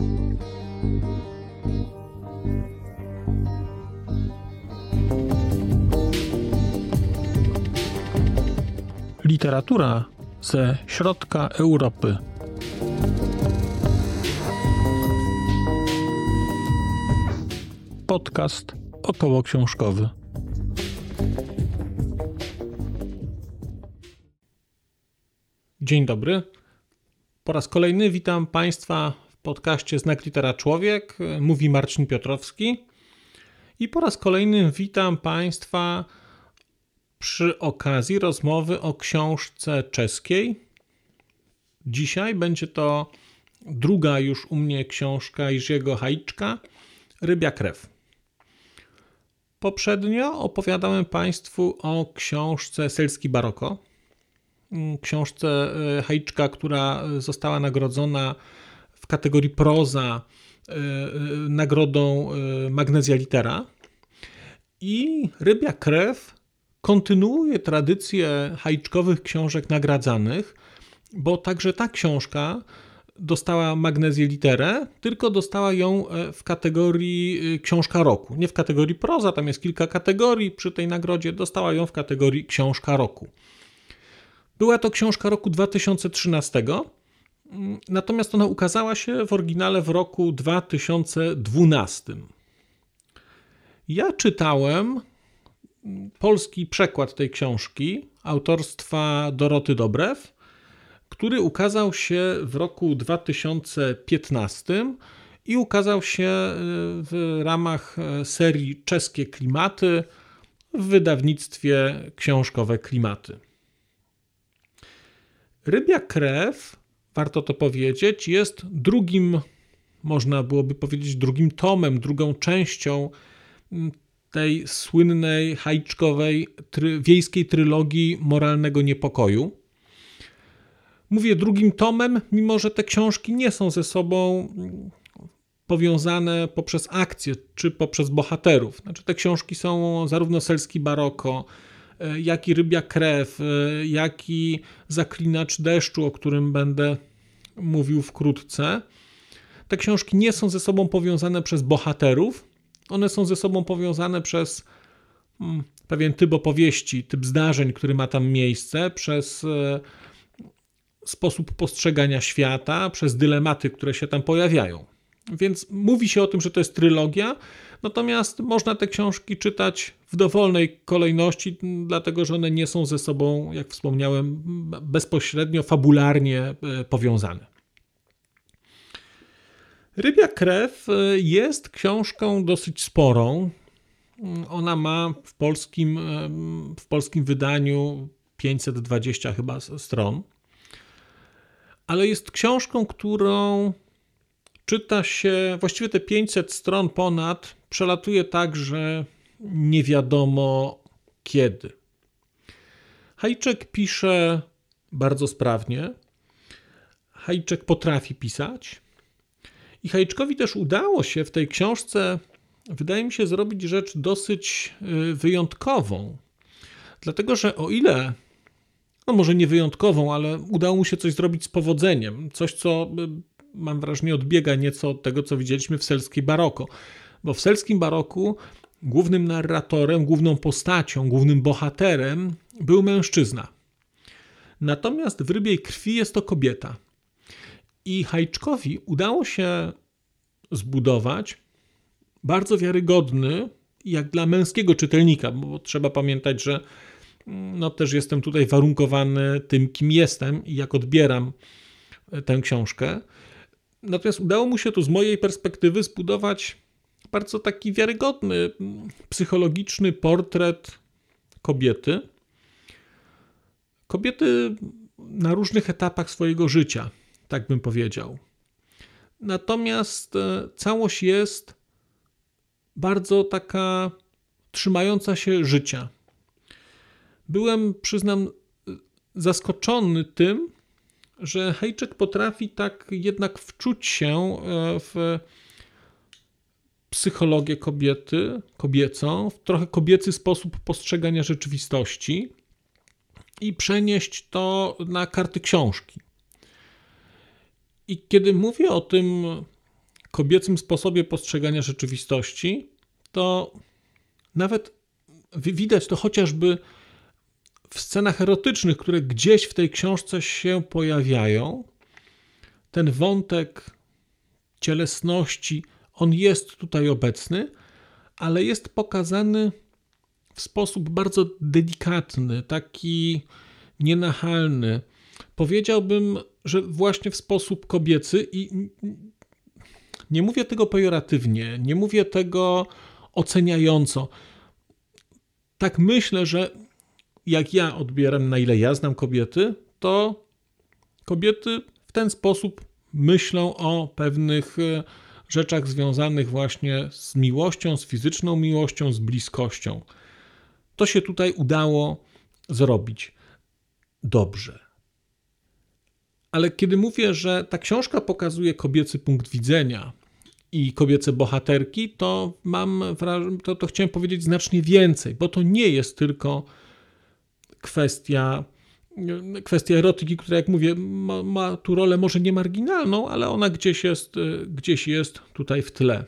Literatura ze środka Europy. Podcast okołoksiążkowy. Dzień dobry. Po raz kolejny witam Państwa w podcaście Znak Litera Człowiek. Mówi Marcin Piotrowski. I po raz kolejny witam Państwa przy okazji rozmowy o książce czeskiej. Dzisiaj będzie to druga już u mnie książka Jerzego Hajczka, Rybia krew. Poprzednio opowiadałem Państwu o książce Selski Baroko, książce Hajczka, która została nagrodzona w kategorii proza nagrodą Magnesia Litera. I Rybia krew kontynuuje tradycję hajczkowych książek nagradzanych, bo także ta książka dostała Magnesię Literę, tylko dostała ją w kategorii książka roku. Nie w kategorii proza, tam jest kilka kategorii przy tej nagrodzie, dostała ją w kategorii książka roku. Była to książka roku 2013, natomiast ona ukazała się w oryginale w roku 2012. Ja czytałem polski przekład tej książki autorstwa Doroty Dobrew, który ukazał się w roku 2015 i ukazał się w ramach serii Czeskie Klimaty w wydawnictwie książkowe Klimaty. Rybia krew, warto to powiedzieć, jest drugim, można byłoby powiedzieć, drugim tomem, drugą częścią tej słynnej hajczkowej wiejskiej trylogii Moralnego Niepokoju. Mówię drugim tomem, mimo że te książki nie są ze sobą powiązane poprzez akcję czy poprzez bohaterów. Znaczy te książki są zarówno Selski Baroko, jak i Rybia krew, jak i Zaklinacz deszczu, o którym będę mówił wkrótce. Te książki nie są ze sobą powiązane przez bohaterów. One są ze sobą powiązane przez pewien typ opowieści, typ zdarzeń, który ma tam miejsce, przez sposób postrzegania świata, przez dylematy, które się tam pojawiają. Więc mówi się o tym, że to jest trylogia, natomiast można te książki czytać w dowolnej kolejności, dlatego że one nie są ze sobą, jak wspomniałem, bezpośrednio, fabularnie powiązane. Rybia krew jest książką dosyć sporą. Ona ma w polskim wydaniu 520 chyba stron. Ale jest książką, którą czyta się, właściwie te 500 stron ponad, przelatuje tak, że nie wiadomo kiedy. Hajczek pisze bardzo sprawnie. Hajczek potrafi pisać. I Hajczkowi też udało się w tej książce, wydaje mi się, zrobić rzecz dosyć wyjątkową. Dlatego, że o ile, no może nie wyjątkową, ale udało mu się coś zrobić z powodzeniem. Coś, co mam wrażenie odbiega nieco od tego, co widzieliśmy w Selskiej Baroko. Bo w Selskim Baroku głównym narratorem, główną postacią, głównym bohaterem był mężczyzna. Natomiast w Rybiej krwi jest to kobieta. I Hajczkowi udało się zbudować bardzo wiarygodny, jak dla męskiego czytelnika, bo trzeba pamiętać, że też jestem tutaj warunkowany tym, kim jestem i jak odbieram tę książkę. Natomiast udało mu się tu z mojej perspektywy zbudować bardzo taki wiarygodny, psychologiczny portret kobiety. Kobiety na różnych etapach swojego życia, tak bym powiedział. Natomiast całość jest bardzo taka trzymająca się życia. Byłem, przyznam, zaskoczony tym, że Hajczek potrafi tak jednak wczuć się w psychologię kobiety, kobiecą, w trochę kobiecy sposób postrzegania rzeczywistości i przenieść to na karty książki. I kiedy mówię o tym kobiecym sposobie postrzegania rzeczywistości, to nawet widać to chociażby w scenach erotycznych, które gdzieś w tej książce się pojawiają. Ten wątek cielesności, on jest tutaj obecny, ale jest pokazany w sposób bardzo delikatny, taki nienachalny. Powiedziałbym, że właśnie w sposób kobiecy i nie mówię tego pejoratywnie, nie mówię tego oceniająco. Tak myślę, że jak ja odbieram, na ile ja znam kobiety, to kobiety w ten sposób myślą o pewnych rzeczach związanych właśnie z miłością, z fizyczną miłością, z bliskością. To się tutaj udało zrobić dobrze. Ale kiedy mówię, że ta książka pokazuje kobiecy punkt widzenia i kobiece bohaterki, to to chciałem powiedzieć znacznie więcej, bo to nie jest tylko kwestia erotyki, która, jak mówię, ma tu rolę może nie marginalną, ale ona gdzieś jest tutaj w tle.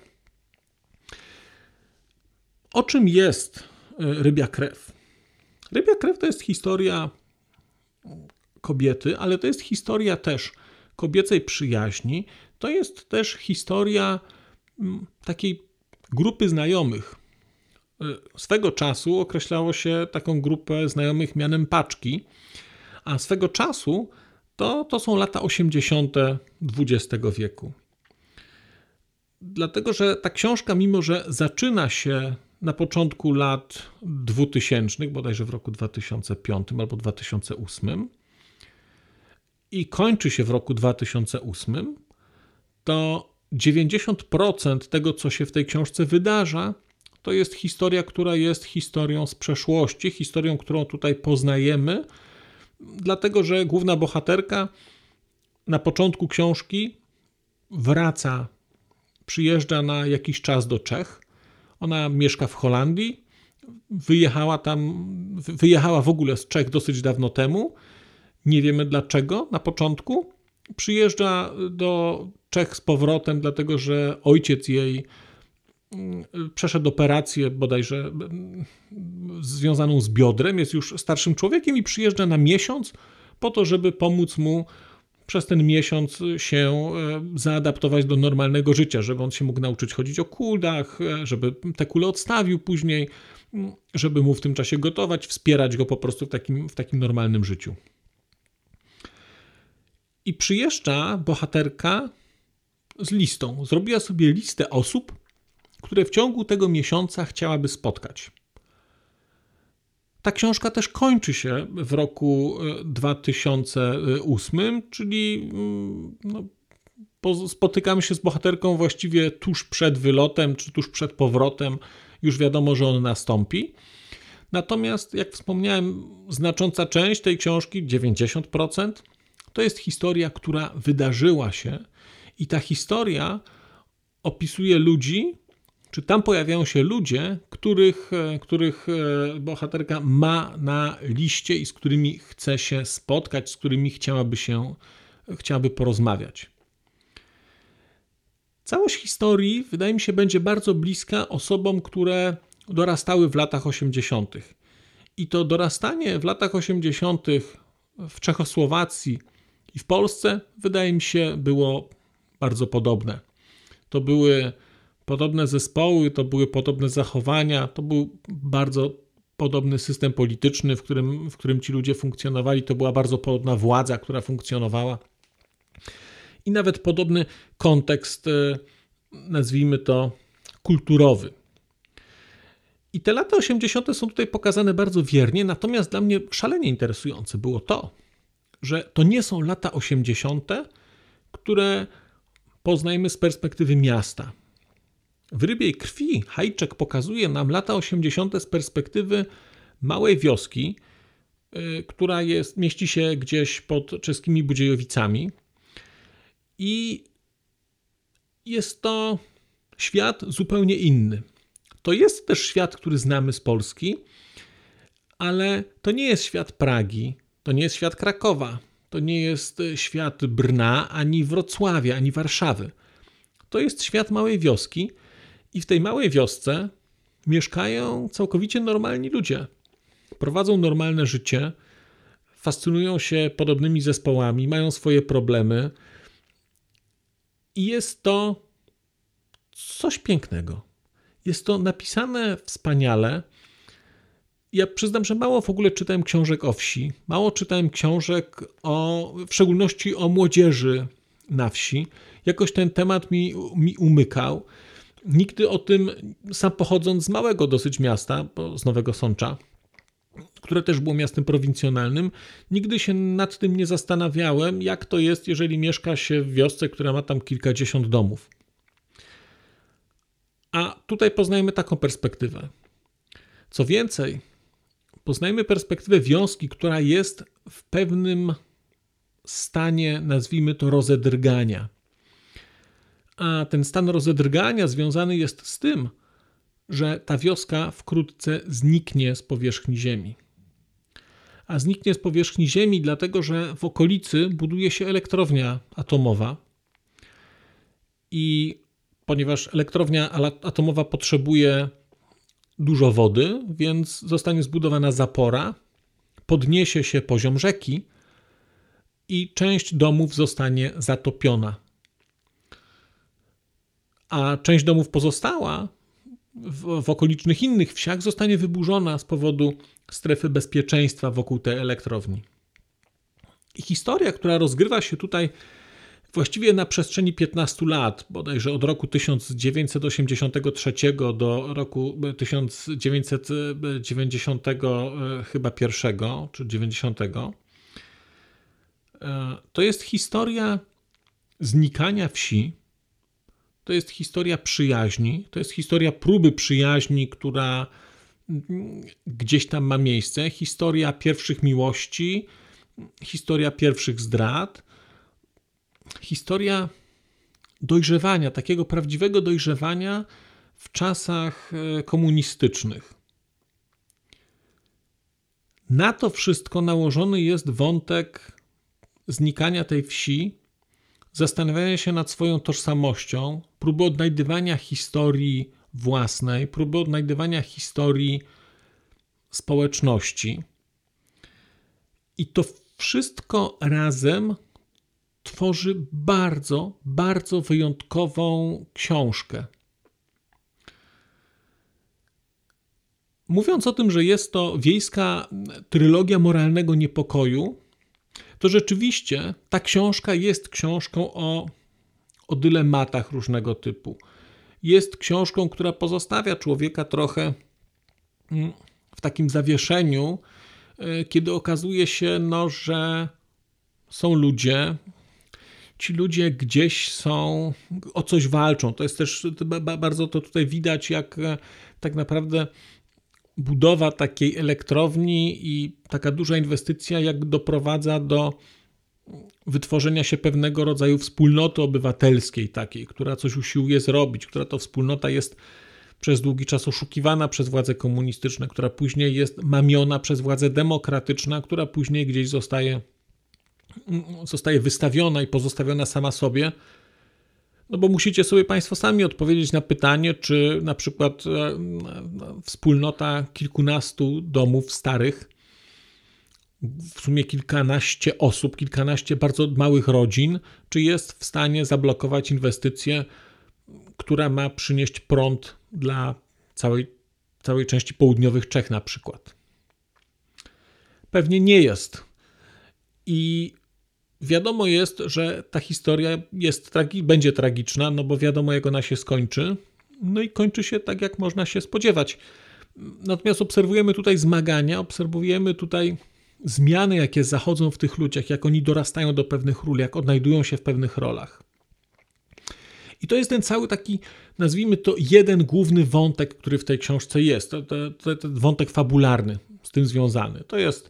O czym jest Rybia krew? Rybia krew to jest historia kobiety, ale to jest historia też kobiecej przyjaźni. To jest też historia takiej grupy znajomych. Swego czasu określało się taką grupę znajomych mianem paczki, a swego czasu to są lata 80. XX wieku. Dlatego, że ta książka, mimo że zaczyna się na początku lat 2000, bodajże w roku 2005 albo 2008 i kończy się w roku 2008, to 90% tego, co się w tej książce wydarza, to jest historia, która jest historią z przeszłości, historią, którą tutaj poznajemy, dlatego że główna bohaterka na początku książki przyjeżdża na jakiś czas do Czech. Ona mieszka w Holandii, wyjechała w ogóle z Czech dosyć dawno temu, nie wiemy dlaczego na początku. Przyjeżdża do Czech z powrotem, dlatego że ojciec jej przeszedł operację bodajże związaną z biodrem, jest już starszym człowiekiem i przyjeżdża na miesiąc po to, żeby pomóc mu przez ten miesiąc się zaadaptować do normalnego życia, żeby on się mógł nauczyć chodzić o kuldach, żeby te kule odstawił później, żeby mu w tym czasie gotować, wspierać go po prostu w takim normalnym życiu. I przyjeżdża bohaterka z listą. Zrobiła sobie listę osób, które w ciągu tego miesiąca chciałaby spotkać. Ta książka też kończy się w roku 2008, czyli spotykamy się z bohaterką właściwie tuż przed wylotem, czy tuż przed powrotem. Już wiadomo, że on nastąpi. Natomiast, jak wspomniałem, znacząca część tej książki, 90%, to jest historia, która wydarzyła się i ta historia opisuje ludzi, czy tam pojawiają się ludzie, których bohaterka ma na liście i z którymi chce się spotkać, z którymi chciałaby porozmawiać. Całość historii, wydaje mi się, będzie bardzo bliska osobom, które dorastały w latach 80. I to dorastanie w latach 80. w Czechosłowacji i w Polsce, wydaje mi się, było bardzo podobne. To były podobne zespoły, to były podobne zachowania, to był bardzo podobny system polityczny, w którym ci ludzie funkcjonowali, to była bardzo podobna władza, która funkcjonowała i nawet podobny kontekst, nazwijmy to, kulturowy. I te lata 80. są tutaj pokazane bardzo wiernie, natomiast dla mnie szalenie interesujące było to, że to nie są lata 80., które poznajemy z perspektywy miasta. W Rybiej krwi Hajczek pokazuje nam lata 80. z perspektywy małej wioski, która mieści się gdzieś pod czeskimi Budziejowicami i jest to świat zupełnie inny. To jest też świat, który znamy z Polski, ale to nie jest świat Pragi, to nie jest świat Krakowa, to nie jest świat Brna, ani Wrocławia, ani Warszawy. to jest świat małej wioski i w tej małej wiosce mieszkają całkowicie normalni ludzie. Prowadzą normalne życie, fascynują się podobnymi zespołami, mają swoje problemy i jest to coś pięknego. Jest to napisane wspaniale. Ja przyznam, że mało w ogóle czytałem książek o wsi. Mało czytałem książek w szczególności o młodzieży na wsi. Jakoś ten temat mi umykał. Nigdy o tym, sam pochodząc z małego dosyć miasta, z Nowego Sącza, które też było miastem prowincjonalnym, nigdy się nad tym nie zastanawiałem, jak to jest, jeżeli mieszka się w wiosce, która ma tam kilkadziesiąt domów. A tutaj poznajemy taką perspektywę. Co więcej, poznajemy perspektywę wioski, która jest w pewnym stanie, nazwijmy to, rozedrgania. A ten stan rozedrgania związany jest z tym, że ta wioska wkrótce zniknie z powierzchni ziemi. A zniknie z powierzchni ziemi dlatego, że w okolicy buduje się elektrownia atomowa i ponieważ elektrownia atomowa potrzebuje dużo wody, więc zostanie zbudowana zapora, podniesie się poziom rzeki i część domów zostanie zatopiona. A część domów pozostała w okolicznych innych wsiach zostanie wyburzona z powodu strefy bezpieczeństwa wokół tej elektrowni. I historia, która rozgrywa się tutaj właściwie na przestrzeni 15 lat, bodajże od roku 1983 do roku 1990 chyba pierwszego czy 90. To jest historia znikania wsi, to jest historia przyjaźni, to jest historia próby przyjaźni, która gdzieś tam ma miejsce, historia pierwszych miłości, historia pierwszych zdrad, historia dojrzewania, takiego prawdziwego dojrzewania w czasach komunistycznych. Na to wszystko nałożony jest wątek znikania tej wsi, zastanawiania się nad swoją tożsamością, próby odnajdywania historii własnej, próby odnajdywania historii społeczności. I to wszystko razem tworzy bardzo, bardzo wyjątkową książkę. Mówiąc o tym, że jest to wiejska trylogia moralnego niepokoju, to rzeczywiście ta książka jest książką o dylematach różnego typu. Jest książką, która pozostawia człowieka trochę w takim zawieszeniu, kiedy okazuje się, że są ludzie, ci ludzie gdzieś są, o coś walczą. To jest też bardzo to tutaj widać, jak tak naprawdę budowa takiej elektrowni i taka duża inwestycja, jak doprowadza do wytworzenia się pewnego rodzaju wspólnoty obywatelskiej takiej, która coś usiłuje zrobić, która to wspólnota jest przez długi czas oszukiwana przez władze komunistyczne, która później jest mamiona przez władze demokratyczne, która później gdzieś zostaje wystawiona i pozostawiona sama sobie. No bo musicie sobie Państwo sami odpowiedzieć na pytanie, czy na przykład wspólnota kilkunastu domów starych, w sumie kilkanaście osób, kilkanaście bardzo małych rodzin, czy jest w stanie zablokować inwestycję, która ma przynieść prąd dla całej części południowych Czech na przykład. Pewnie nie jest. I wiadomo jest, że ta historia będzie tragiczna, no bo wiadomo, jak ona się skończy. No i kończy się tak, jak można się spodziewać. Natomiast obserwujemy tutaj zmagania, obserwujemy tutaj zmiany, jakie zachodzą w tych ludziach, jak oni dorastają do pewnych ról, jak odnajdują się w pewnych rolach. I to jest ten cały taki, nazwijmy to, jeden główny wątek, który w tej książce jest. To wątek fabularny z tym związany.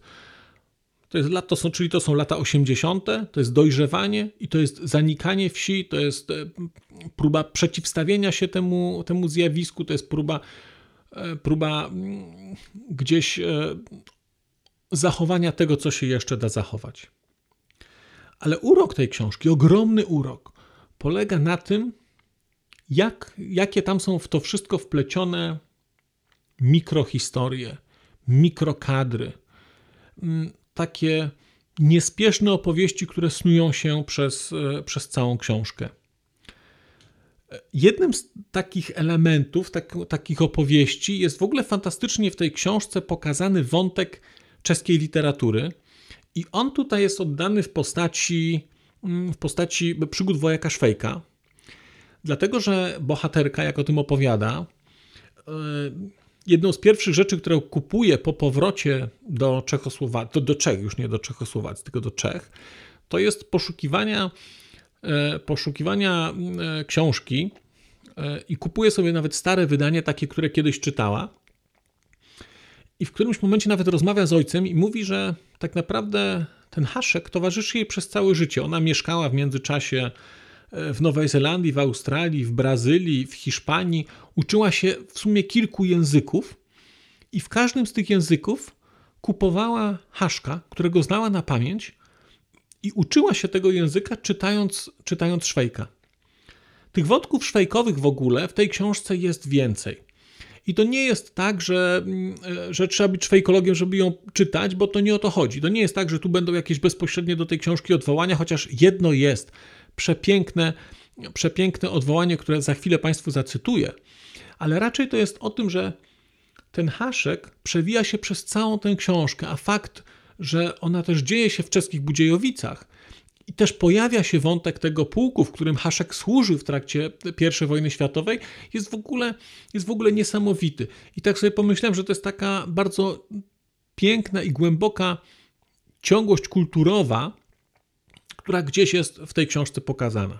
To są lata 80., to jest dojrzewanie i to jest zanikanie wsi, to jest próba przeciwstawienia się temu zjawisku, to jest próba gdzieś zachowania tego, co się jeszcze da zachować. Ale urok tej książki, ogromny urok, polega na tym, jakie tam są w to wszystko wplecione mikrohistorie, mikrokadry, takie niespieszne opowieści, które snują się przez całą książkę. Jednym z takich elementów, takich opowieści jest w ogóle fantastycznie w tej książce pokazany wątek czeskiej literatury i on tutaj jest oddany w postaci przygód wojaka Szwejka, dlatego że bohaterka, jak o tym opowiada, jedną z pierwszych rzeczy, którą kupuje po powrocie do Czechosłowacji, do Czech, już nie do Czechosłowacji, tylko do Czech, to jest poszukiwania książki i kupuje sobie nawet stare wydanie, takie, które kiedyś czytała. I w którymś momencie nawet rozmawia z ojcem i mówi, że tak naprawdę ten Haszek towarzyszy jej przez całe życie. Ona mieszkała w międzyczasie w Nowej Zelandii, w Australii, w Brazylii, w Hiszpanii. Uczyła się w sumie kilku języków i w każdym z tych języków kupowała Haszka, którego znała na pamięć i uczyła się tego języka czytając Szwejka. Tych wątków szwejkowych w ogóle w tej książce jest więcej. I to nie jest tak, że trzeba być szwejkologiem, żeby ją czytać, bo to nie o to chodzi. To nie jest tak, że tu będą jakieś bezpośrednie do tej książki odwołania, chociaż jedno jest przepiękne odwołanie, które za chwilę Państwu zacytuję. Ale raczej to jest o tym, że ten Haszek przewija się przez całą tę książkę, a fakt, że ona też dzieje się w czeskich Budziejowicach i też pojawia się wątek tego pułku, w którym Haszek służył w trakcie I wojny światowej, jest w ogóle niesamowity. I tak sobie pomyślałem, że to jest taka bardzo piękna i głęboka ciągłość kulturowa, która gdzieś jest w tej książce pokazana.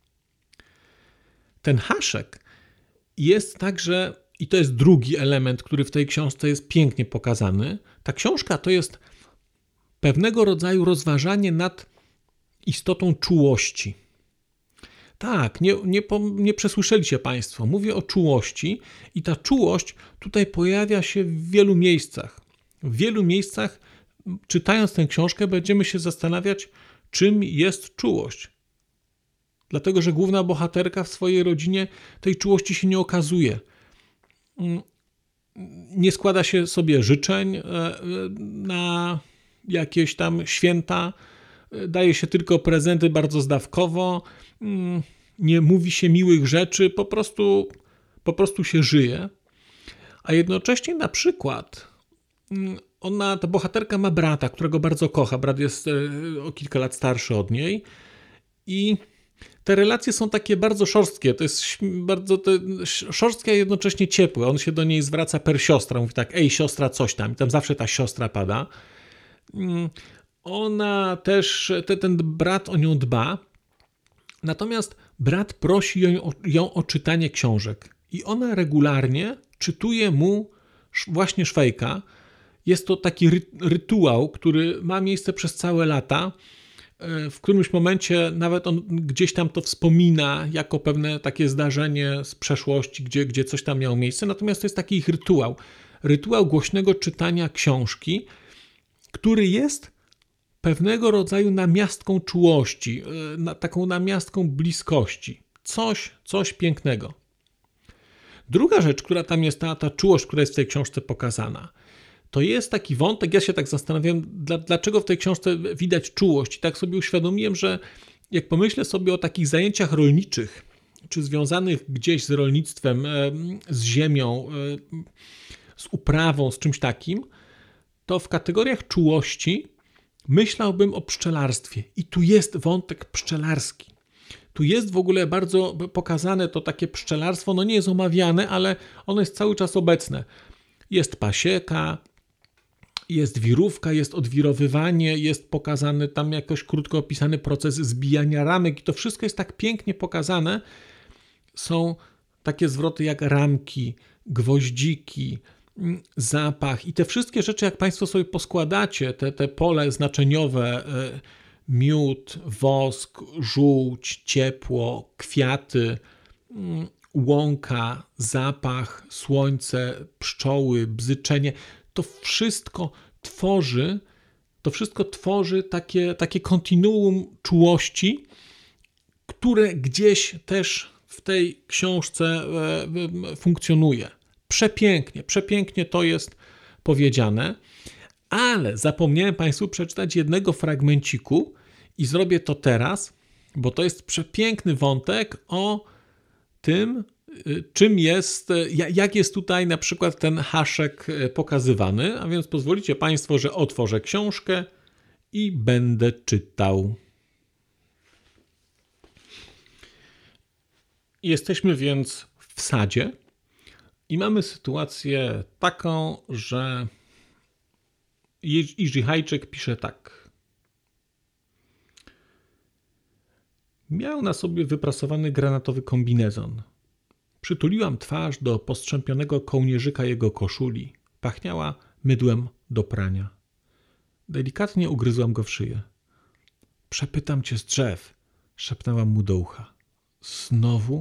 Ten Haszek jest także, i to jest drugi element, który w tej książce jest pięknie pokazany, ta książka to jest pewnego rodzaju rozważanie nad istotą czułości. Tak, nie przesłyszeliście Państwo. Mówię o czułości i ta czułość tutaj pojawia się w wielu miejscach. W wielu miejscach, czytając tę książkę, będziemy się zastanawiać, czym jest czułość. Dlatego, że główna bohaterka w swojej rodzinie tej czułości się nie okazuje. Nie składa się sobie życzeń na jakieś tam święta, daje się tylko prezenty bardzo zdawkowo, nie mówi się miłych rzeczy, po prostu się żyje. A jednocześnie na przykład ta bohaterka ma brata, którego bardzo kocha. Brat jest o kilka lat starszy od niej i te relacje są takie bardzo szorstkie. To jest bardzo szorstkie, a jednocześnie ciepłe. On się do niej zwraca per siostra. Mówi tak, ej siostra, coś tam. I tam zawsze ta siostra pada. Ona też, ten brat o nią dba. Natomiast brat prosi ją o czytanie książek. I ona regularnie czytuje mu właśnie Szwejka. Jest to taki rytuał, który ma miejsce przez całe lata. W którymś momencie nawet on gdzieś tam to wspomina jako pewne takie zdarzenie z przeszłości, gdzie coś tam miało miejsce. Natomiast to jest taki ich rytuał. Rytuał głośnego czytania książki, który jest pewnego rodzaju namiastką czułości, taką namiastką bliskości. Coś pięknego. Druga rzecz, która tam jest, ta czułość, która jest w tej książce pokazana, to jest taki wątek, ja się tak zastanawiam, dlaczego w tej książce widać czułość. I tak sobie uświadomiłem, że jak pomyślę sobie o takich zajęciach rolniczych, czy związanych gdzieś z rolnictwem, z ziemią, z uprawą, z czymś takim, to w kategoriach czułości myślałbym o pszczelarstwie. I tu jest wątek pszczelarski. Tu jest w ogóle bardzo pokazane to takie pszczelarstwo, no nie jest omawiane, ale ono jest cały czas obecne. Jest pasieka, jest wirówka, jest odwirowywanie, jest pokazany tam jakoś krótko opisany proces zbijania ramek i to wszystko jest tak pięknie pokazane. Są takie zwroty jak ramki, gwoździki, zapach i te wszystkie rzeczy, jak Państwo sobie poskładacie, te pole znaczeniowe, miód, wosk, żółć, ciepło, kwiaty, łąka, zapach, słońce, pszczoły, bzyczenie, to wszystko tworzy takie kontinuum czułości, które gdzieś też w tej książce funkcjonuje. Przepięknie to jest powiedziane, ale zapomniałem Państwu przeczytać jednego fragmenciku i zrobię to teraz, bo to jest przepiękny wątek o tym, czym jest, jak jest tutaj na przykład ten haszek pokazywany, a więc pozwolicie Państwo, że otworzę książkę i będę czytał. Jesteśmy więc w sadzie i mamy sytuację taką, że Jerzy Hajczek pisze tak. Miał na sobie wyprasowany granatowy kombinezon. Przytuliłam twarz do postrzępionego kołnierzyka jego koszuli. Pachniała mydłem do prania. Delikatnie ugryzłam go w szyję. Przepytam cię z drzew, szepnęłam mu do ucha. Znowu?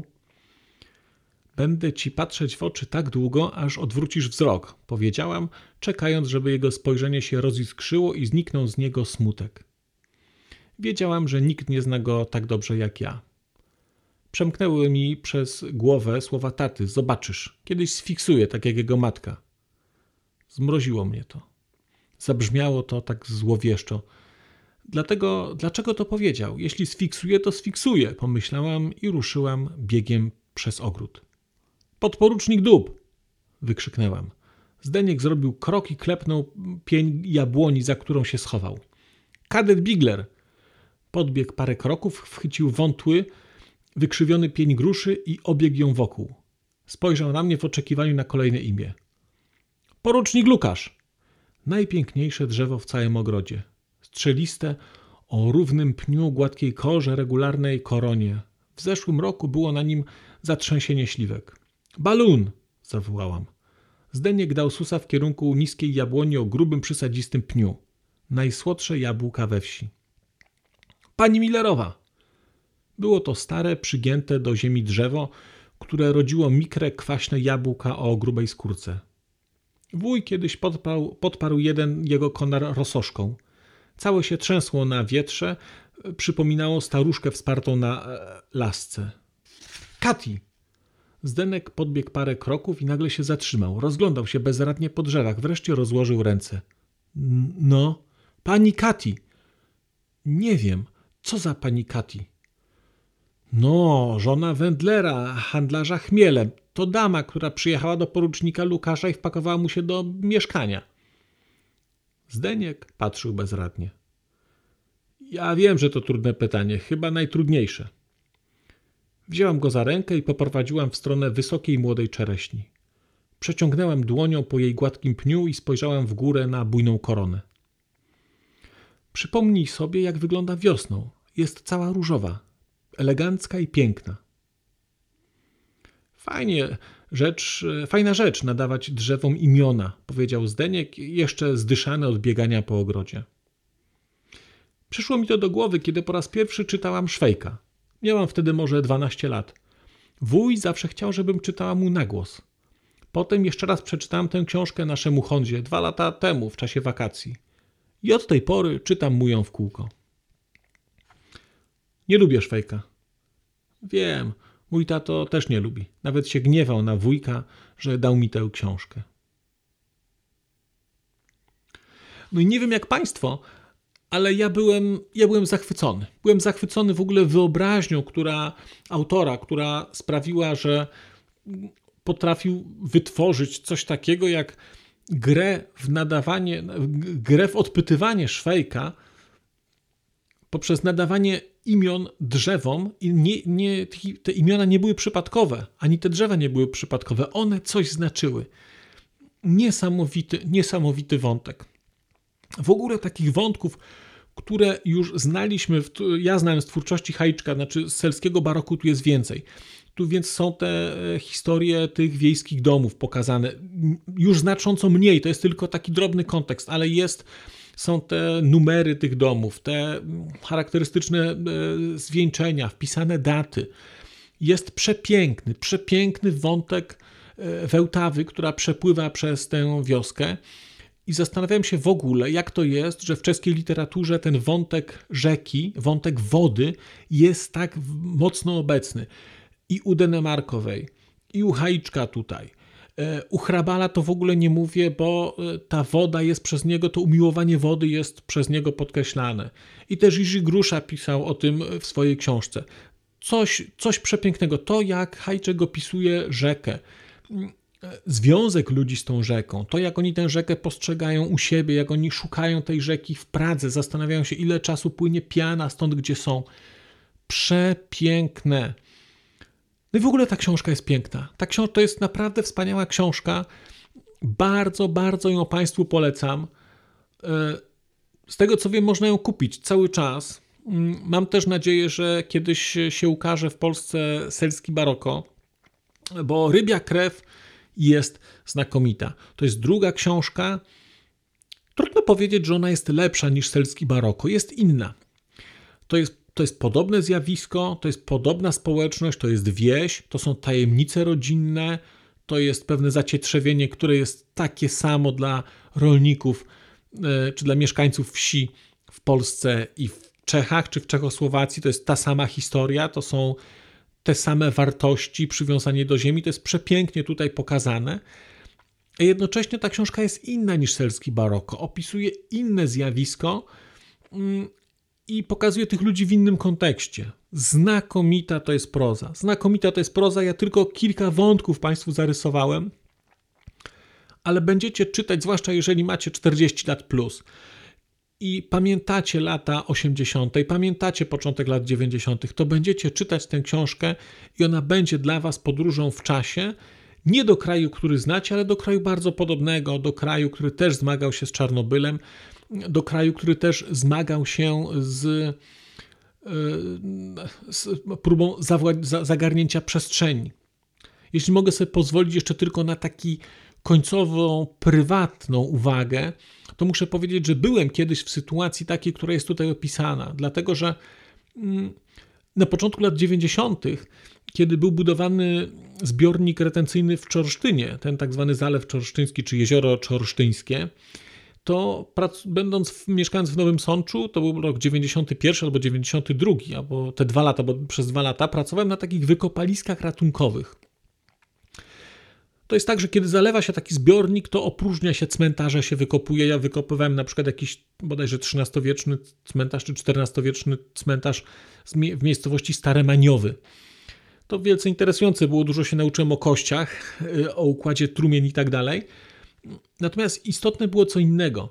Będę ci patrzeć w oczy tak długo, aż odwrócisz wzrok, powiedziałam, czekając, żeby jego spojrzenie się roziskrzyło i zniknął z niego smutek. Wiedziałam, że nikt nie zna go tak dobrze jak ja. Przemknęły mi przez głowę słowa taty. Zobaczysz, kiedyś sfiksuje, tak jak jego matka. Zmroziło mnie to. Zabrzmiało to tak złowieszczo. Dlaczego to powiedział? Jeśli sfiksuje, to sfiksuje, pomyślałam i ruszyłam biegiem przez ogród. Podporucznik Dób! Wykrzyknęłam. Zdeniek zrobił krok i klepnął pień jabłoni, za którą się schował. Kadet Bigler! Podbiegł parę kroków, wchwycił wątły, wykrzywiony pień gruszy i obiegł ją wokół. Spojrzał na mnie w oczekiwaniu na kolejne imię. Porucznik Lukasz! Najpiękniejsze drzewo w całym ogrodzie. Strzeliste, o równym pniu, gładkiej korze, regularnej koronie. W zeszłym roku było na nim zatrzęsienie śliwek. Balun! Zawołałam. Zdeniek dał susa w kierunku niskiej jabłoni o grubym, przysadzistym pniu. Najsłodsze jabłka we wsi. Pani Millerowa! Było to stare, przygięte do ziemi drzewo, które rodziło mikre, kwaśne jabłka o grubej skórce. Wuj kiedyś podparł jeden jego konar rososzką. Całe się trzęsło na wietrze, przypominało staruszkę wspartą na lasce. Kati! Zdenek podbiegł parę kroków i nagle się zatrzymał. Rozglądał się bezradnie po drzewach. Wreszcie rozłożył ręce. No, pani Kati. Nie wiem, co za pani Kati. No, żona wędlera, handlarza chmielem. To dama, która przyjechała do porucznika Lukasza i wpakowała mu się do mieszkania. Zdeniek patrzył bezradnie. Ja wiem, że to trudne pytanie, chyba najtrudniejsze. Wzięłam go za rękę i poprowadziłam w stronę wysokiej młodej czereśni. Przeciągnęłam dłonią po jej gładkim pniu i spojrzałam w górę na bujną koronę. Przypomnij sobie, jak wygląda wiosną. Jest cała różowa, elegancka i piękna. Fajna rzecz nadawać drzewom imiona, powiedział Zdeniek, jeszcze zdyszany od biegania po ogrodzie. Przyszło mi to do głowy, kiedy po raz pierwszy czytałam Szwejka. Miałam wtedy może 12 lat. Wuj zawsze chciał, żebym czytała mu na głos. Potem jeszcze raz przeczytałam tę książkę naszemu Hondzie 2 lata temu w czasie wakacji. I od tej pory czytam mu ją w kółko. Nie lubię Szwejka. Wiem, mój tato też nie lubi. Nawet się gniewał na wujka, że dał mi tę książkę. No i nie wiem jak państwo, ale ja byłem zachwycony. Byłem zachwycony w ogóle wyobraźnią autora, która sprawiła, że potrafił wytworzyć coś takiego jak grę w odpytywanie Szwejka poprzez nadawanie imion drzewom i te imiona nie były przypadkowe, ani te drzewa nie były przypadkowe. One coś znaczyły. Niesamowity wątek. W ogóle takich wątków, które już znaliśmy, ja znałem z twórczości Hajczka, znaczy z selskiego baroku tu jest więcej. Tu więc są te historie tych wiejskich domów pokazane. Już znacząco mniej, to jest tylko taki drobny kontekst, ale są te numery tych domów, te charakterystyczne zwieńczenia, wpisane daty. Jest przepiękny wątek Wełtawy, która przepływa przez tę wioskę. I zastanawiałem się w ogóle, jak to jest, że w czeskiej literaturze ten wątek rzeki, wątek wody jest tak mocno obecny. i u Denemarkowej, i u Haiczka tutaj. U Hrabala to w ogóle nie mówię, bo ta woda jest przez niego, to umiłowanie wody jest przez niego podkreślane. I też Jerzy Grusza pisał o tym w swojej książce. Coś przepięknego. To, jak Hajczek opisuje rzekę, związek ludzi z tą rzeką, to, jak oni tę rzekę postrzegają u siebie, jak oni szukają tej rzeki w Pradze, zastanawiają się, ile czasu płynie piana stąd, gdzie są. Przepiękne. No i w ogóle ta książka jest piękna. To jest naprawdę wspaniała książka. Bardzo, bardzo ją Państwu polecam. Z tego, co wiem, można ją kupić cały czas. Mam też nadzieję, że kiedyś się ukaże w Polsce Selski Baroko, bo Rybia krew jest znakomita. To jest druga książka. Trudno powiedzieć, że ona jest lepsza niż Selski Baroko. Jest inna. To jest podobne zjawisko, to jest podobna społeczność, to jest wieś, to są tajemnice rodzinne, to jest pewne zacietrzewienie, które jest takie samo dla rolników czy dla mieszkańców wsi w Polsce i w Czechach czy w Czechosłowacji. To jest ta sama historia, to są te same wartości, przywiązanie do ziemi. To jest przepięknie tutaj pokazane. A jednocześnie ta książka jest inna niż Selski Baroko. Opisuje inne zjawisko i pokazuje tych ludzi w innym kontekście. Znakomita to jest proza. Znakomita to jest proza. Ja tylko kilka wątków Państwu zarysowałem, ale będziecie czytać, zwłaszcza jeżeli macie 40 lat plus i pamiętacie lata 80., pamiętacie początek lat 90., to będziecie czytać tę książkę i ona będzie dla Was podróżą w czasie, nie do kraju, który znacie, ale do kraju bardzo podobnego, do kraju, który też zmagał się z Czarnobylem, do kraju, który też zmagał się z próbą zagarnięcia przestrzeni. Jeśli mogę sobie pozwolić jeszcze tylko na taki końcową, prywatną uwagę, to muszę powiedzieć, że byłem kiedyś w sytuacji takiej, która jest tutaj opisana, dlatego że na początku lat 90., kiedy był budowany zbiornik retencyjny w Czorsztynie, ten tak zwany Zalew Czorsztyński czy Jezioro Czorsztyńskie, to mieszkając w Nowym Sączu, to był rok 91 albo 92, albo te 2 lata, bo przez 2 lata pracowałem na takich wykopaliskach ratunkowych. To jest tak, że kiedy zalewa się taki zbiornik, to opróżnia się cmentarze, się wykopuje. Ja wykopywałem na przykład jakiś bodajże XIII-wieczny cmentarz czy XIV-wieczny cmentarz w miejscowości Stare Maniowy. To wielce interesujące było, dużo się nauczyłem o kościach, o układzie trumien i tak dalej. Natomiast istotne było co innego.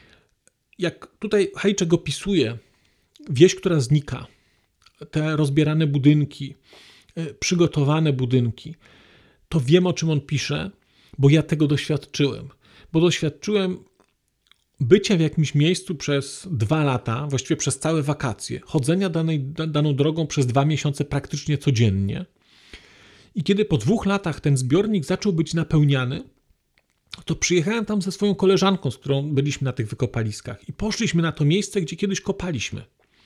Jak tutaj Hajczek opisuje wieś, która znika, te rozbierane budynki, przygotowane budynki, to wiem, o czym on pisze, bo ja tego doświadczyłem. Bo doświadczyłem bycia w jakimś miejscu przez 2 lata, właściwie przez całe wakacje, chodzenia daną drogą przez 2 miesiące praktycznie codziennie. I kiedy po 2 latach ten zbiornik zaczął być napełniany, to przyjechałem tam ze swoją koleżanką, z którą byliśmy na tych wykopaliskach i poszliśmy na to miejsce, gdzie kiedyś kopaliśmy.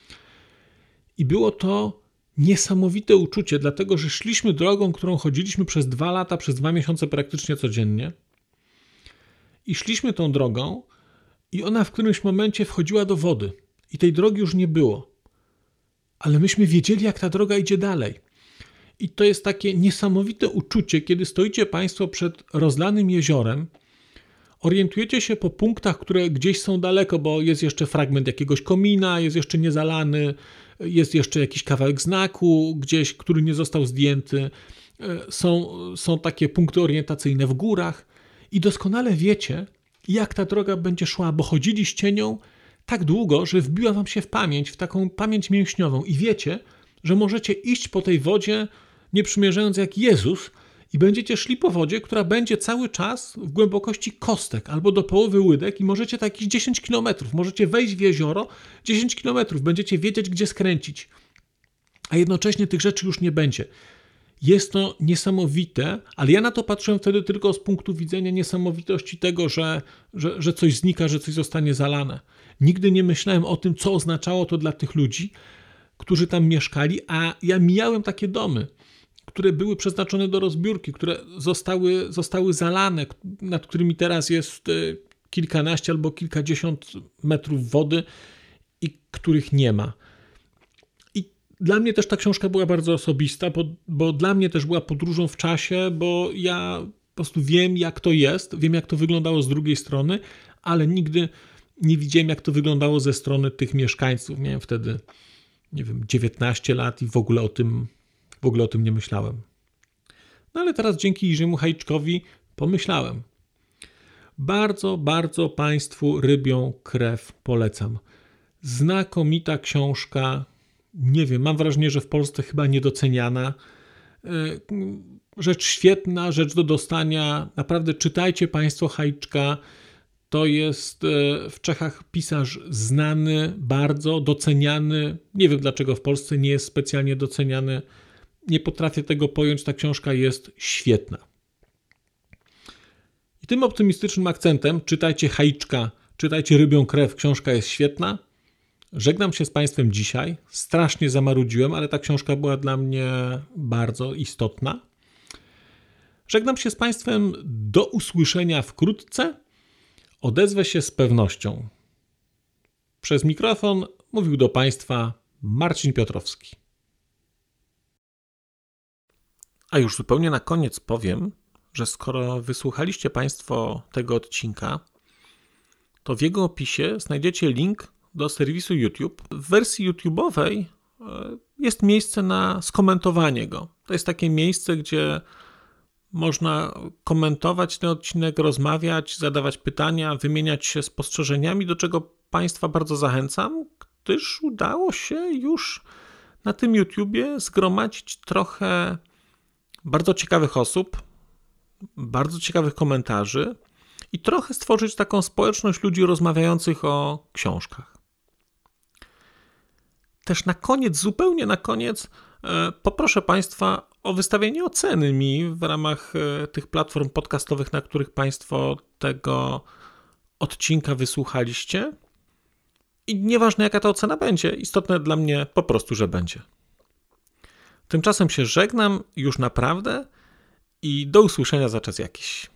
I było to niesamowite uczucie, dlatego że szliśmy drogą, którą chodziliśmy przez 2 lata, przez 2 miesiące praktycznie codziennie. I szliśmy tą drogą i ona w którymś momencie wchodziła do wody. I tej drogi już nie było. Ale myśmy wiedzieli, jak ta droga idzie dalej. I to jest takie niesamowite uczucie, kiedy stoicie Państwo przed rozlanym jeziorem, orientujecie się po punktach, które gdzieś są daleko, bo jest jeszcze fragment jakiegoś komina, jest jeszcze niezalany, jest jeszcze jakiś kawałek znaku gdzieś, który nie został zdjęty. Są takie punkty orientacyjne w górach i doskonale wiecie, jak ta droga będzie szła, bo chodziliście nią tak długo, że wbiła wam się w pamięć, w taką pamięć mięśniową i wiecie, że możecie iść po tej wodzie, nie przymierzając jak Jezus, i będziecie szli po wodzie, która będzie cały czas w głębokości kostek albo do połowy łydek i możecie tak jakieś 10 km, możecie wejść w jezioro 10 km, będziecie wiedzieć, gdzie skręcić, a jednocześnie tych rzeczy już nie będzie. Jest to niesamowite, ale ja na to patrzyłem wtedy tylko z punktu widzenia niesamowitości tego, że coś znika, że coś zostanie zalane. Nigdy nie myślałem o tym, co oznaczało to dla tych ludzi, którzy tam mieszkali, a ja mijałem takie domy, które były przeznaczone do rozbiórki, które zostały zalane, nad którymi teraz jest kilkanaście albo kilkadziesiąt metrów wody i których nie ma. I Dla mnie też ta książka była bardzo osobista, bo dla mnie też była podróżą w czasie, bo ja po prostu wiem, jak to jest, wiem, jak to wyglądało z drugiej strony, ale nigdy nie widziałem, jak to wyglądało ze strony tych mieszkańców. Miałem wtedy, 19 lat i w ogóle o tym nie myślałem. No ale teraz dzięki Jerzemu Hajczkowi pomyślałem. Bardzo, bardzo Państwu Rybią krew polecam. Znakomita książka. Nie wiem, mam wrażenie, że w Polsce chyba niedoceniana. Rzecz świetna, rzecz do dostania. Naprawdę czytajcie Państwo Hajczka. To jest w Czechach pisarz znany, bardzo doceniany. Nie wiem, dlaczego w Polsce nie jest specjalnie doceniany. Nie potrafię tego pojąć. Ta książka jest świetna. I tym optymistycznym akcentem czytajcie Hajczka, czytajcie Rybią krew. Książka jest świetna. Żegnam się z Państwem dzisiaj. Strasznie zamarudziłem, ale ta książka była dla mnie bardzo istotna. Żegnam się z Państwem. Do usłyszenia wkrótce. Odezwę się z pewnością. Przez mikrofon mówił do Państwa Marcin Piotrowski. A już zupełnie na koniec powiem, że skoro wysłuchaliście Państwo tego odcinka, to w jego opisie znajdziecie link do serwisu YouTube. W wersji YouTube'owej jest miejsce na skomentowanie go. To jest takie miejsce, gdzie można komentować ten odcinek, rozmawiać, zadawać pytania, wymieniać się spostrzeżeniami, do czego Państwa bardzo zachęcam, gdyż udało się już na tym YouTubie zgromadzić trochę bardzo ciekawych osób, bardzo ciekawych komentarzy i trochę stworzyć taką społeczność ludzi rozmawiających o książkach. Też na koniec, zupełnie na koniec, poproszę Państwa o wystawienie oceny mi w ramach tych platform podcastowych, na których Państwo tego odcinka wysłuchaliście. I nieważne, jaka ta ocena będzie, istotne dla mnie po prostu, że będzie. Tymczasem się żegnam już naprawdę i do usłyszenia za czas jakiś.